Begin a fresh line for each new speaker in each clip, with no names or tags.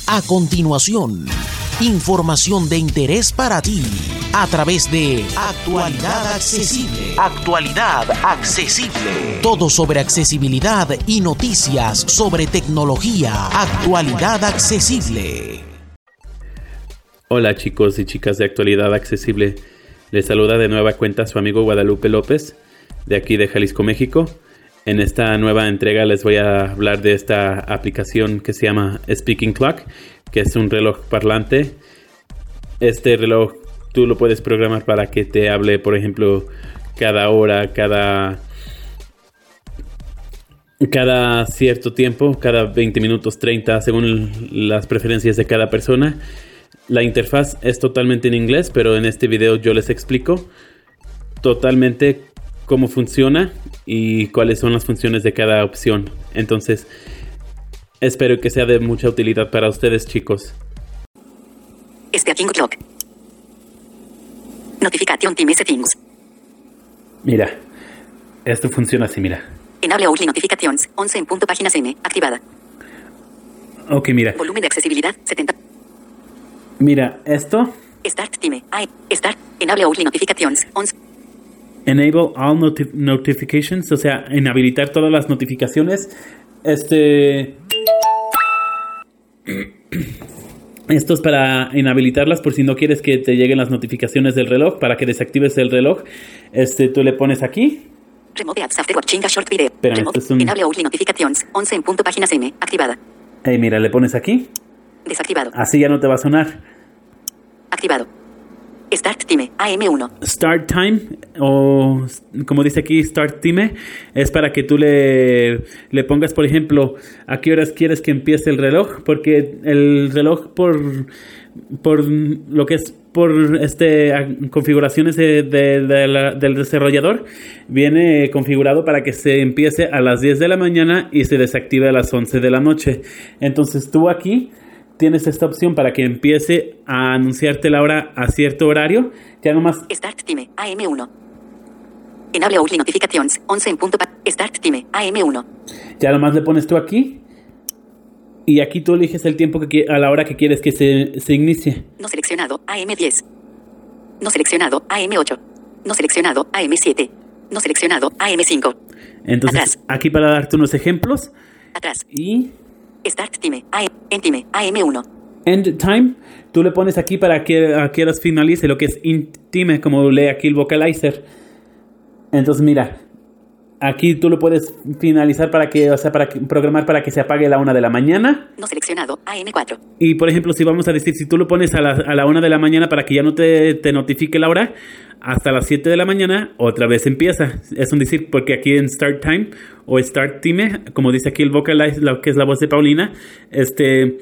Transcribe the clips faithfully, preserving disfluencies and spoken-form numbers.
A continuación, información de interés para ti a través de Actualidad Accesible. Actualidad Accesible. Todo sobre accesibilidad y noticias sobre tecnología. Actualidad Accesible.
Hola chicos y chicas de Actualidad Accesible. Les saluda de nueva cuenta su amigo Guadalupe López, de aquí de Jalisco, México. En esta nueva entrega les voy a hablar de esta aplicación que se llama Speaking Clock, que es un reloj parlante. Este reloj tú lo puedes programar para que te hable, por ejemplo, cada hora, cada, cada cierto tiempo, cada veinte minutos, treinta, según las preferencias de cada persona. La interfaz es totalmente en inglés, pero en este video yo les explico totalmente cómo funciona y cuáles son las funciones de cada opción. Entonces, espero que sea de mucha utilidad para ustedes, chicos.
Speaking Clock. Notification Time Settings.
Mira, esto funciona así, mira.
Enable Only Notifications, once en punto, páginas M, activada.
Ok, mira.
Volumen de accesibilidad, setenta.
Mira, esto.
Start Time, I, Start, Enable Only Notifications, once.
Enable all noti- notifications, o sea, inhabilitar todas las notificaciones. Este... Esto es para inhabilitarlas por si no quieres que te lleguen las notificaciones del reloj, para que desactives el reloj. Este, tú le pones aquí.
Remove ads after watching a short video.
Espera,
Remove,
esto es un...
Enable Only Notifications, once en punto, páginas M, activada.
Hey, mira, le pones aquí.
Desactivado.
Así ya no te va a sonar.
Activado. Start Time, A M uno.
Start Time, o como dice aquí, Start Time, es para que tú le, le pongas, por ejemplo, a qué horas quieres que empiece el reloj, porque el reloj por, por lo que es por este configuraciones de, de, de la, del desarrollador, viene configurado para que se empiece a las diez de la mañana y se desactive a las once de la noche. Entonces tú aquí tienes esta opción para que empiece a anunciarte la hora a cierto horario. Ya nomás...
Start Time, A M uno. Enable Only Notifications, once en punto. Start Time, A M uno.
Ya nomás le pones tú aquí. Y aquí tú eliges el tiempo que a la hora que quieres que se, se inicie.
No seleccionado, A M diez. No seleccionado, A M ocho. No seleccionado, A M siete. No seleccionado, A M cinco.
Entonces,
atrás.
Aquí para darte unos ejemplos.
Atrás.
Y...
Start Time, A M, End Time, A M uno.
End Time, tú le pones aquí para que a qué horas finalice lo que es End Time, como lee aquí el vocalizer. Entonces mira, aquí tú lo puedes finalizar para que, o sea, para que, programar para que se apague a la una de la mañana.
No seleccionado, A M cuatro.
Y por ejemplo, si vamos a decir, si tú lo pones a la, a la una de la mañana para que ya no te, te notifique la hora, hasta las siete de la mañana otra vez empieza. Es un decir, porque aquí en Start Time o Start Time, como dice aquí el vocalizer, lo que es la voz de Paulina, este...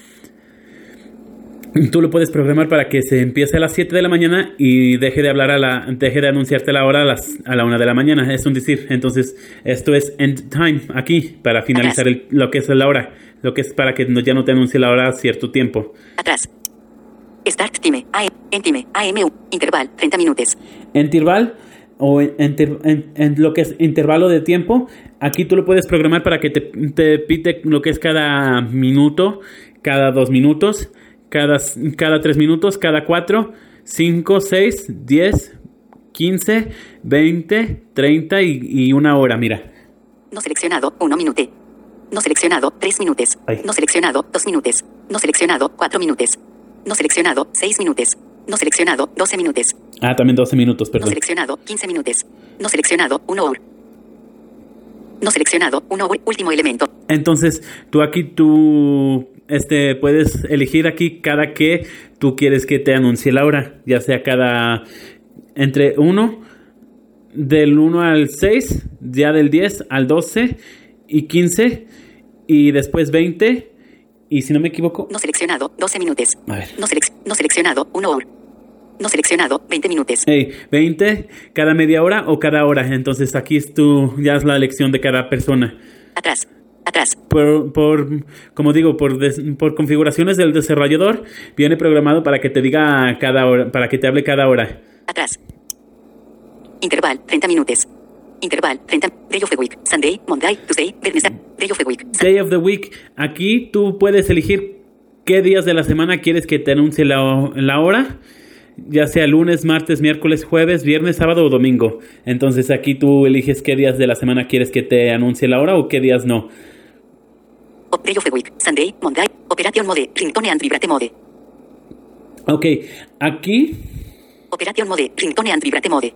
tú lo puedes programar para que se empiece a las siete de la mañana y deje de hablar a la, deje de anunciarte la hora a las a la una de la mañana. Es un decir. Entonces, esto es end time aquí para finalizar el, lo que es la hora, lo que es para que no, ya no te anuncie la hora a cierto tiempo.
Atrás. Start Time, A M, End Time, A M uno. Interval, treinta minutos.
Interval o en, en, en, en lo que es intervalo de tiempo, aquí tú lo puedes programar para que te, te pite lo que es cada minuto, cada dos minutos. Cada, cada tres minutos, cada cuatro, cinco, seis, diez, quince, veinte, treinta y, y una hora, mira.
No seleccionado, uno minuto. No seleccionado, tres minutos.
Ay.
No seleccionado, dos minutos. No seleccionado, cuatro minutos. No seleccionado, seis minutos. No seleccionado, doce minutos.
Ah, también doce minutos, perdón.
No seleccionado, quince minutos. No seleccionado, una hora. No seleccionado, una hora, último elemento.
Entonces, tú aquí, tú... Este, puedes elegir aquí cada que tú quieres que te anuncie la hora, ya sea cada entre uno, del uno al seis, ya del diez al doce y quince y después veinte y si no me equivoco...
No seleccionado, doce minutos.
A ver.
No, selec- no seleccionado, una hora. No seleccionado, veinte minutos.
Hey, veinte cada media hora o cada hora, entonces aquí es tu, ya es la elección de cada persona.
Atrás. Atrás.
Por, por, como digo, por, des, por configuraciones del desarrollador, viene programado para que te diga cada hora, para que te hable cada hora.
Atrás. Interval, treinta minutos. Interval, treinta. Day of the week. Sunday, Monday, Tuesday, Wednesday. Day of the week.
Day of the week. Aquí tú puedes elegir qué días de la semana quieres que te anuncie la, la hora, ya sea lunes, martes, miércoles, jueves, viernes, sábado o domingo. Entonces aquí tú eliges qué días de la semana quieres que te anuncie la hora o qué días no.
Day of the week, Sunday, Monday, Operation Mode, Ringtone and Vibrate Mode.
Ok, aquí...
Operation Mode, Ringtone and Vibrate Mode.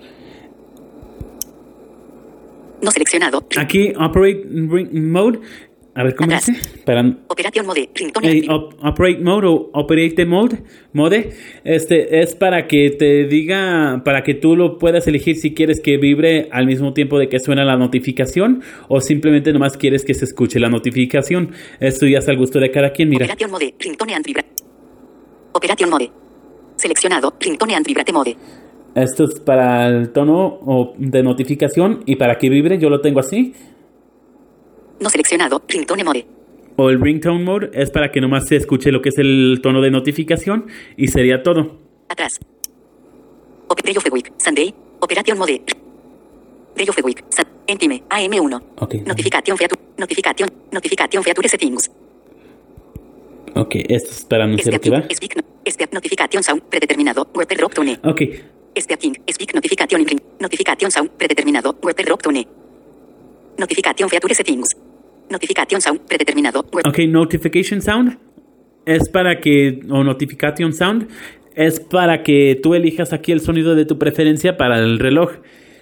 No seleccionado.
Aquí, Operate ring Mode. A ver, ¿cómo dice? Para...
Operation Mode, Ringtone
eh, op Operate Mode o Operate Mode, mode este es para que te diga, para que tú lo puedas elegir si quieres que vibre al mismo tiempo de que suena la notificación o simplemente nomás quieres que se escuche la notificación. Esto ya es al gusto de cada quien, mira.
Operation Mode, Ringtone and Vibrate. Operation Mode. Seleccionado, Ringtone and Vibrate Mode.
Esto es para el tono de notificación y para que vibre yo lo tengo así.
No seleccionado, Ringtone Mode.
O el Ringtone Mode es para que nomás se escuche lo que es el tono de notificación y sería todo.
Atrás. Day of the week, Sunday, Operation Mode. Day of the week, Entime, A M uno.
Okay.
Notificación feature, notificación, notificación feature settings.
Ok, esto es para anunciar lo que va.
Speak, speak notificación sound predeterminado, web drop tone.
Ok.
Speaking, speak notificación ring, notificación sound predeterminado, web drop tone. Notificación feature settings. Notificación sound predeterminado. Web.
Ok, notification sound es para que, o notification sound es para que tú elijas aquí el sonido de tu preferencia para el reloj.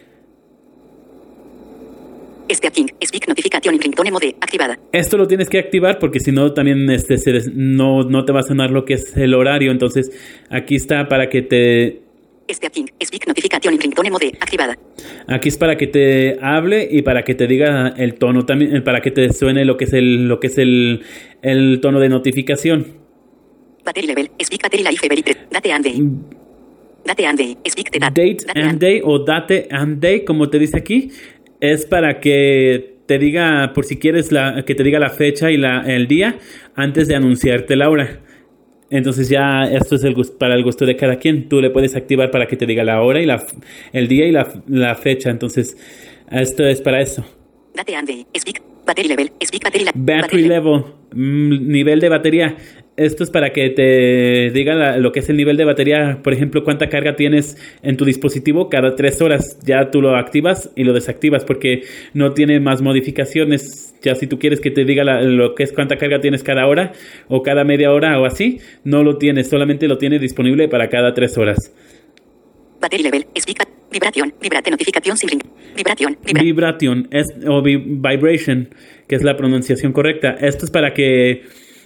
Speaking, speak notificación ringtone mode activada.
Esto lo tienes que activar porque si no también este se des, no, no te va a sonar lo que es el horario. Entonces aquí está para que te...
Speaking, speak notificación ringtone mode activada.
Aquí es para que te hable y para que te diga el tono también, para que te suene lo que es el lo que es el, el tono de notificación.
Battery level, speak battery life every date and day. Date and day, speak the date.
Date, date and day o date and day, como te dice aquí, es para que te diga, por si quieres la, que te diga la fecha y la, el día antes de anunciarte la hora. Entonces ya esto es el gusto, para el gusto de cada quien. Tú le puedes activar para que te diga la hora y la, el día y la, la fecha. Entonces esto es para eso.
Date and day, speak battery level, speak battery, la,
battery,
battery
level, mm, nivel de batería. Esto es para que te diga la, lo que es el nivel de batería. Por ejemplo, cuánta carga tienes en tu dispositivo cada tres horas. Ya tú lo activas y lo desactivas porque no tiene más modificaciones. Ya si tú quieres que te diga la, lo que es cuánta carga tienes cada hora o cada media hora o así, no lo tienes. Solamente lo tienes disponible para cada tres horas.
Battery level, speak, vibración, vibrate notificación sin ring, vibración, vibra.
Vibración es, o vi, vibration, que es la pronunciación correcta. Esto es para que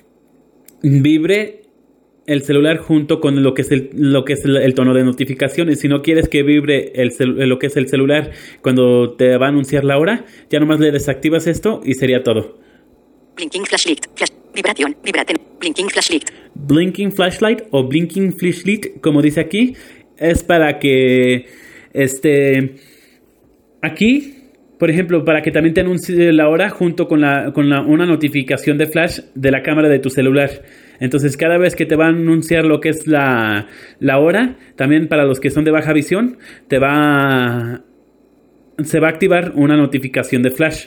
vibre el celular junto con lo que es el, lo que es el, el tono de notificaciones. Si no quieres que vibre el cel, lo que es el celular cuando te va a anunciar la hora, ya nomás le desactivas esto y sería todo.
Blinking flashlight, flash, vibración, vibrate, blinking flashlight.
Blinking flashlight o blinking flashlight, como dice aquí, es para que este aquí, por ejemplo, para que también te anuncie la hora junto con la con la, una notificación de flash de la cámara de tu celular. Entonces, cada vez que te va a anunciar lo que es la, la hora, también para los que son de baja visión, te va se va a activar una notificación de flash.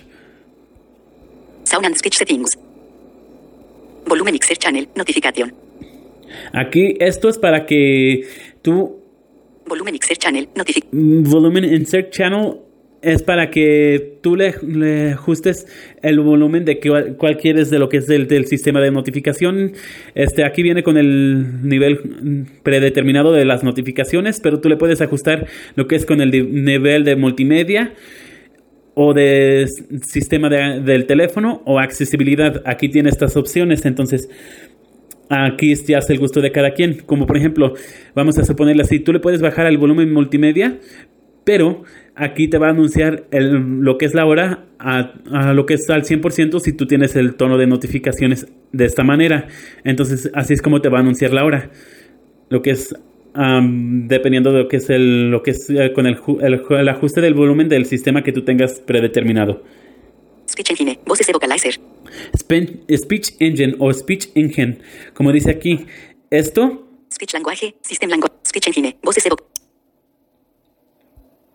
Sound and speech settings. Volumen mixer channel, notificación.
Aquí esto es para que tú
Volumen Insert Channel, notificación.
Volumen Insert Channel es para que tú le, le ajustes el volumen de cuál, cuál quieres de lo que es del, del sistema de notificación. Este, aquí viene con el nivel predeterminado de las notificaciones, pero tú le puedes ajustar lo que es con el de, nivel de multimedia o de sistema de, del teléfono o accesibilidad. Aquí tiene estas opciones, entonces aquí ya es el gusto de cada quien. Como por ejemplo, vamos a suponerle así, tú le puedes bajar el volumen multimedia, pero aquí te va a anunciar el, lo que es la hora a, a lo que es al cien por ciento si tú tienes el tono de notificaciones de esta manera. Entonces así es como te va a anunciar la hora. Lo que es um, dependiendo de lo que es el, lo que es eh, con el, el, el ajuste del volumen del sistema que tú tengas predeterminado.
Speech Engine, voces de Vocalizer.
Speech Engine o Speech Engine, como dice aquí, esto.
Speech Language, System Language, Speech Engine, voces de Vocalizer.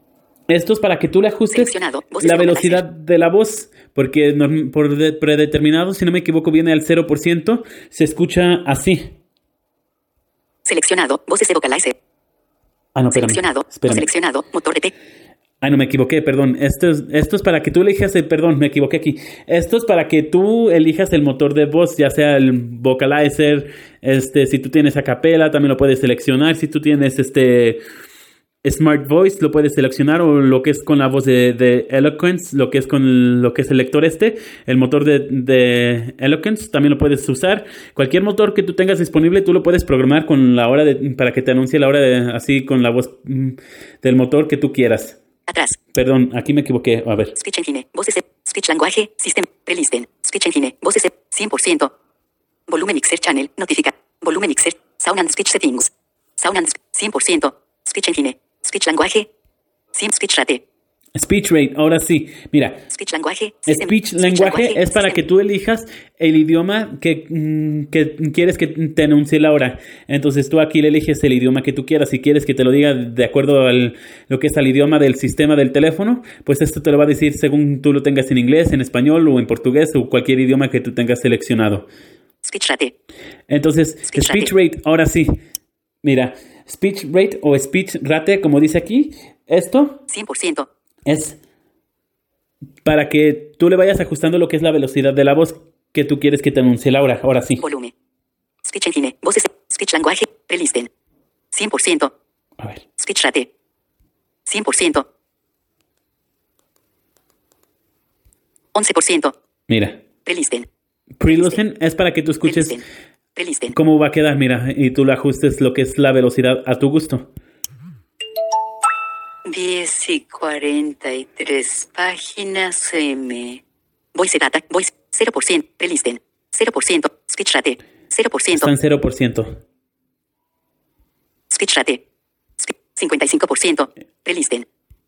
Esto es para que tú le ajustes
Seleccionado.
la velocidad de la voz, porque norm- por de- predeterminado, si no me equivoco, viene al cero por ciento, se escucha así.
Seleccionado. Voces de vocalizer.
Ah, no, espérame.
Seleccionado.
espérame.
Seleccionado. Motor de T.
Ah, no, me equivoqué, perdón. Esto es, esto es para que tú elijas el... Perdón, me equivoqué aquí. Esto es para que tú elijas el motor de voz, ya sea el vocalizer, este, si tú tienes acapella, también lo puedes seleccionar. Si tú tienes este... Smart Voice lo puedes seleccionar, o lo que es con la voz de, de Eloquence, lo que es con lo que es el lector este, el motor de, de Eloquence también lo puedes usar. Cualquier motor que tú tengas disponible tú lo puedes programar con la hora de, para que te anuncie la hora de, así con la voz mm, del motor que tú quieras.
Atrás.
Perdón, aquí me equivoqué, a ver.
Speech Engine. Voces de... Speech Language. System. Prelisten. Speech Engine. Voces de... cien por ciento. Volumen Mixer Channel. Notifica. Volumen Mixer. Sound and Speech Settings. Sound and... cien por ciento. Speech Engine. Speech Language. cien Speech Rate.
Speech Rate, ahora sí. Mira,
Speech Language. System.
Speech Language es para
System.
que tú elijas el idioma que, mm, que quieres que te anuncie la hora. Entonces tú aquí le eliges el idioma que tú quieras. Si quieres que te lo diga de acuerdo al lo que es al idioma del sistema del teléfono, pues esto te lo va a decir según tú lo tengas en inglés, en español o en portugués o cualquier idioma que tú tengas seleccionado.
Speech Rate.
Entonces,
Speech
Speech
Rate.
Rate, ahora sí. Mira, Speech Rate o Speech Rate, como dice aquí, esto
cien por ciento.
es para que tú le vayas ajustando lo que es la velocidad de la voz que tú quieres que te anuncie la hora. Ahora sí.
Volumen. Speech Engine. Voces. Speech Language. Prelisten. cien por ciento.
A ver.
Speech Rate. cien por ciento. once por ciento.
Mira.
Prelisten.
Pre-listen es para que tú escuches
Prelisten. Prelisten.
cómo va a quedar, mira, y tú le ajustes lo que es la velocidad a tu gusto.
diez y cuarenta y tres páginas M. Voice Data. Voice. cero por ciento. Prelisten. cero por ciento. Speech Rate. cero por ciento.
Están cero por ciento.
Speech Rate. Spe- cincuenta y cinco por ciento. Prelisten.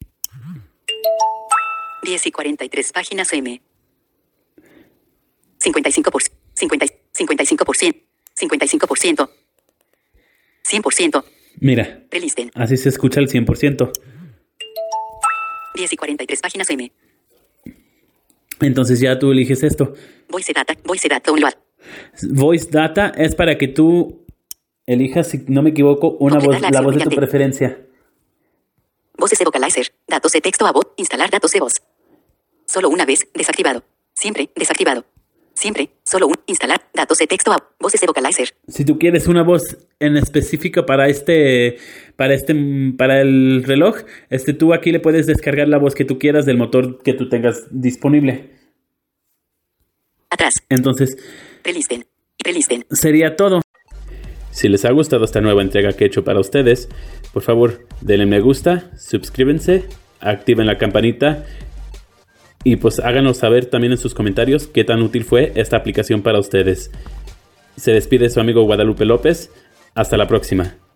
diez y cuarenta y tres páginas M. cincuenta y cinco por ciento. cincuenta, cincuenta y cinco por ciento. cincuenta y cinco por ciento. cien por ciento.
Mira,
Prelisten.
así se escucha el cien por ciento.
diez y cuarenta y tres páginas M.
Entonces ya tú eliges esto.
Voice Data. Voice Data Download.
Voice Data es para que tú elijas, si no me equivoco, una
Completar
voz,
la
la
acción
voz de tu
mediante-
preferencia.
Voces de vocalizer. Datos de texto a voz. Instalar datos de voz. Solo una vez. Desactivado. Siempre. Desactivado. Siempre. Solo un. Instalar datos de texto a voces de vocalizer.
Si tú quieres una voz en específica para este, para este, para el reloj, este, tú aquí le puedes descargar la voz que tú quieras del motor que tú tengas disponible.
Atrás.
Entonces,
Prelisten. Y prelisten.
sería todo. Si les ha gustado esta nueva entrega que he hecho para ustedes, por favor, denle me gusta, suscríbanse, activen la campanita y pues háganos saber también en sus comentarios qué tan útil fue esta aplicación para ustedes. Se despide su amigo Guadalupe López. Hasta la próxima.